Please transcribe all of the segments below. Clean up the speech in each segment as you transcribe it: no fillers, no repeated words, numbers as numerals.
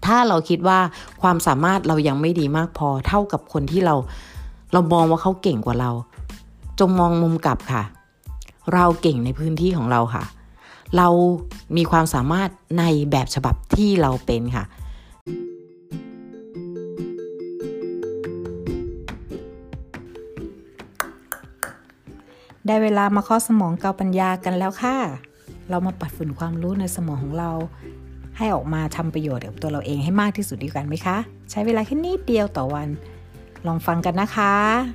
ถ้าเราคิดว่าความสามารถเรายังไม่ดีมากพอเท่ากับคนที่เรามองว่าเขาเก่งกว่าเราจงมองมุมกลับค่ะเราเก่งในพื้นที่ของเราค่ะเรามีความสามารถในแบบฉบับที่เราเป็นค่ะได้เวลามาเคาะสมองเกาปัญญากันแล้วค่ะเรามาปัดฝุ่นความรู้ในสมองของเราให้ออกมาทำประโยชน์กับตัวเราเองให้มากที่สุดดีกันไหมคะใช้เวลาแค่นิดเดียวต่อวันลองฟังกันนะคะ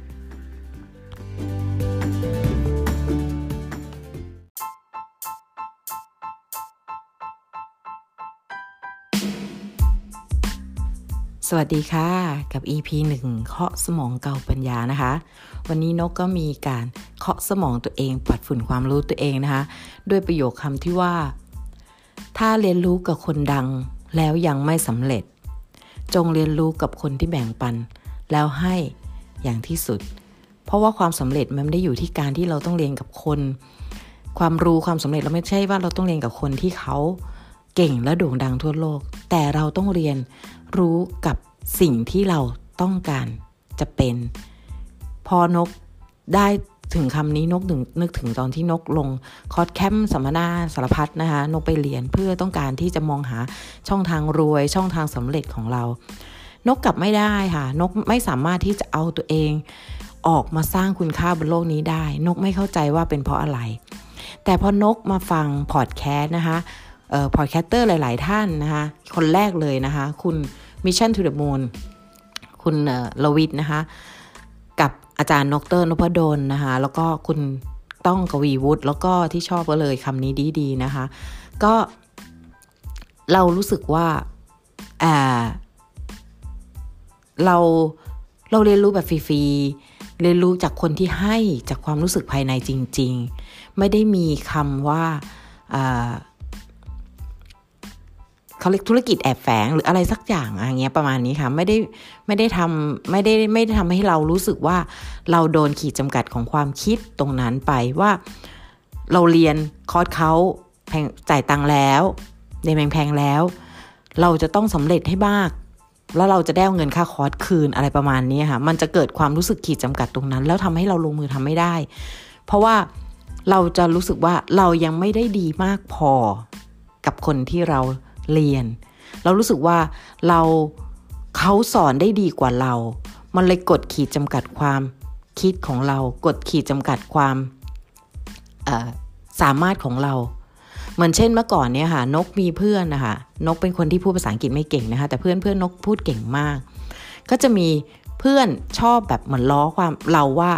สวัสดีค่ะกับ EP 1เคาะสมองเกาปัญญานะคะวันนี้นกก็มีการเคาะสมองตัวเองปัดฝุ่นความรู้ตัวเองนะคะด้วยประโยคคำที่ว่าถ้าเรียนรู้กับคนดังแล้วยังไม่สำเร็จจงเรียนรู้กับคนที่แบ่งปันแล้วให้อย่างที่สุดเพราะว่าความสำเร็จมันไม่ได้อยู่ที่การที่เราต้องเรียนกับคนความรู้ความสำเร็จเราไม่ใช่ว่าเราต้องเรียนกับคนที่เขาเก่งและโด่งดังทั่วโลกแต่เราต้องเรียนรู้กับสิ่งที่เราต้องการจะเป็นพอนกได้ถึงคำนี้นกนึกถึงตอนที่นกลงคอร์สแคมป์สัมมนาสารพัดนะคะนกไปเรียนเพื่อต้องการที่จะมองหาช่องทางรวยช่องทางสำเร็จของเรานกกลับไม่ได้ค่ะนกไม่สามารถที่จะเอาตัวเองออกมาสร้างคุณค่าบนโลกนี้ได้นกไม่เข้าใจว่าเป็นเพราะอะไรแต่พอนกมาฟังพอดแคสต์นะคะพอดแคสเตอร์หลายๆท่านนะคะคนแรกเลยนะคะคุณ Mission to the Moon คุณลวิทนะคะกับอาจารย์ดร.นพดลนะคะแล้วก็คุณต้องกวีวุฒิแล้วก็ที่ชอบก็เลยคำนี้ดีๆนะคะก็เรารู้สึกว่าเราเรียนรู้แบบฟรีๆเรียนรู้จากคนที่ให้จากความรู้สึกภายในจริงๆไม่ได้มีคำว่าเขาเรียกธุรกิจแอบแฝงหรืออะไรสักอย่างอย่างเงี้ยประมาณนี้ค่ะไม่ได้ทำให้เรารู้สึกว่าเราโดนขีดจำกัดของความคิดตรงนั้นไปว่าเราเรียนคอร์สเขาแพงจ่ายตังค์แล้วเรียนแพงๆแล้วเราจะต้องสำเร็จให้มากแล้วเราจะได้เงินค่าคอร์สคืนอะไรประมาณนี้ค่ะมันจะเกิดความรู้สึกขีดจำกัดตรงนั้นแล้วทำให้เราลงมือทำไม่ได้เพราะว่าเราจะรู้สึกว่าเรายังไม่ได้ดีมากพอกับคนที่เราเรียนเรารู้สึกว่าเขาสอนได้ดีกว่าเรามันเลยกดขีดจำกัดความคิดของเรากดขีดจำกัดความสามารถของเราเหมือนเช่นเมื่อก่อนเนี่ยค่ะนกมีเพื่อนนะคะนกเป็นคนที่พูดภาษาอังกฤษไม่เก่งนะคะแต่เพื่อนนกพูดเก่งมากก็จะมีเพื่อนชอบแบบเหมือนล้อความเราว่า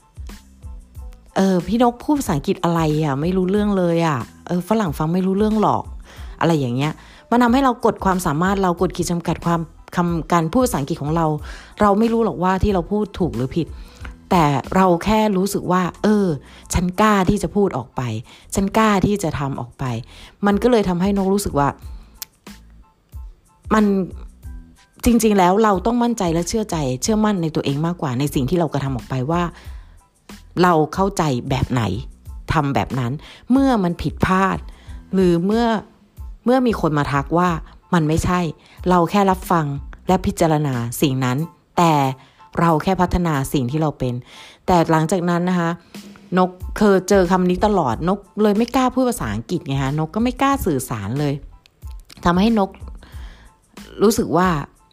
พี่นกพูดภาษาอังกฤษอะไรอ่ะไม่รู้เรื่องเลยอ่ะฝรั่งฟังไม่รู้เรื่องหรอกอะไรอย่างเงี้ยมันทำให้เรากดความสามารถเรากดขีดจำกัดความการพูดภาษาอังกฤษของเราไม่รู้หรอกว่าที่เราพูดถูกหรือผิดแต่เราแค่รู้สึกว่าฉันกล้าที่จะพูดออกไปฉันกล้าที่จะทำออกไปมันก็เลยทำให้นกรู้สึกว่ามันจริงๆแล้วเราต้องมั่นใจและเชื่อมั่นในตัวเองมากกว่าในสิ่งที่เรากระทำออกไปว่าเราเข้าใจแบบไหนทำแบบนั้นเมื่อมันผิดพลาดหรือเมื่อมีคนมาทักว่ามันไม่ใช่เราแค่รับฟังและพิจารณาสิ่งนั้นแต่เราแค่พัฒนาสิ่งที่เราเป็นแต่หลังจากนั้นนะคะนกเคยเจอคำนี้ตลอดนกเลยไม่กล้าพูดภาษาอังกฤษไงฮะนกก็ไม่กล้าสื่อสารเลยทำให้นกรู้สึกว่า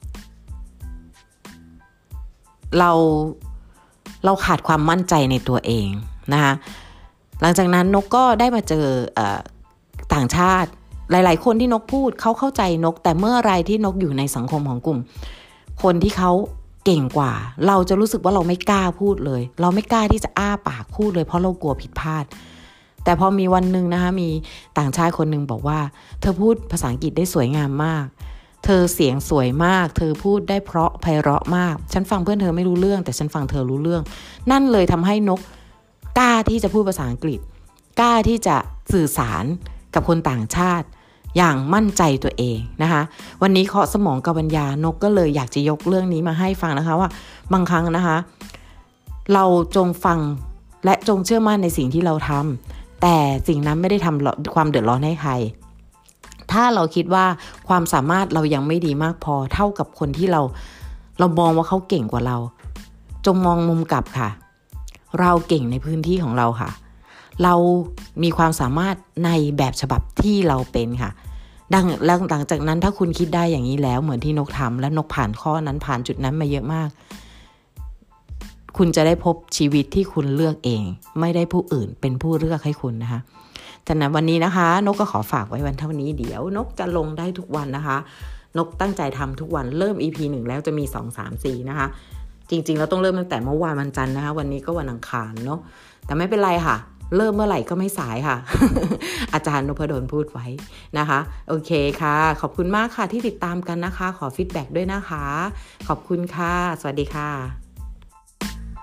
เราขาดความมั่นใจในตัวเองนะคะหลังจากนั้นนกก็ได้มาเจอต่างชาติหลายๆคนที่นกพูดเขาเข้าใจนกแต่เมื่อไรที่นกอยู่ในสังคมของกลุ่มคนที่เขาเก่งกว่าเราจะรู้สึกว่าเราไม่กล้าพูดเลยเราไม่กล้าที่จะอ้าปากพูดเลยเพราะเรากลัวผิดพลาดแต่พอมีวันนึงนะคะมีต่างชาติคนนึงบอกว่าเธอพูดภาษาอังกฤษได้สวยงามมากเธอเสียงสวยมากเธอพูดได้เพราะไพเราะมากฉันฟังเพื่อนเธอไม่รู้เรื่องแต่ฉันฟังเธอรู้เรื่องนั่นเลยทำให้นกกล้าที่จะพูดภาษาอังกฤษกล้าที่จะสื่อสารกับคนต่างชาติอย่างมั่นใจตัวเองนะคะวันนี้เคาะสมองกับปัญญานกก็เลยอยากจะยกเรื่องนี้มาให้ฟังนะคะว่าบางครั้งนะคะเราจงฟังและจงเชื่อมั่นในสิ่งที่เราทำแต่สิ่งนั้นไม่ได้ทำความเดือดร้อนให้ใครทถ้าเราคิดว่าความสามารถเรายังไม่ดีมากพอเท่ากับคนที่เรามองว่าเขาเก่งกว่าเราจงมองมุมกลับค่ะเราเก่งในพื้นที่ของเราค่ะเรามีความสามารถในแบบฉบับที่เราเป็นค่ะหลังจากนั้นถ้าคุณคิดได้อย่างนี้แล้วเหมือนที่นกทำและนกผ่านข้อนั้นผ่านจุดนั้นมาเยอะมากคุณจะได้พบชีวิตที่คุณเลือกเองไม่ได้ผู้อื่นเป็นผู้เลือกให้คุณนะคะฉะนั้นวันนี้นะคะนกก็ขอฝากไว้วันเท่านี้เดี๋ยวนกจะลงได้ทุกวันนะคะนกตั้งใจทำทุกวันเริ่ม EP 1แล้วจะมี2 3 4นะคะจริงๆเราต้องเริ่มตั้งแต่เมื่อวานวันจันทร์นะคะวันนี้ก็วันอังคารเนาะแต่ไม่เป็นไรค่ะเริ่มเมื่อไหร่ก็ไม่สายค่ะ อาจารย์นพดลพูดไว้นะคะโอเคค่ะขอบคุณมากค่ะที่ติดตามกันนะคะขอฟีดแบ็กด้วยนะคะขอบคุณค่ะสวัสดีค่ะ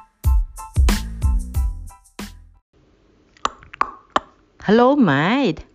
Hello mate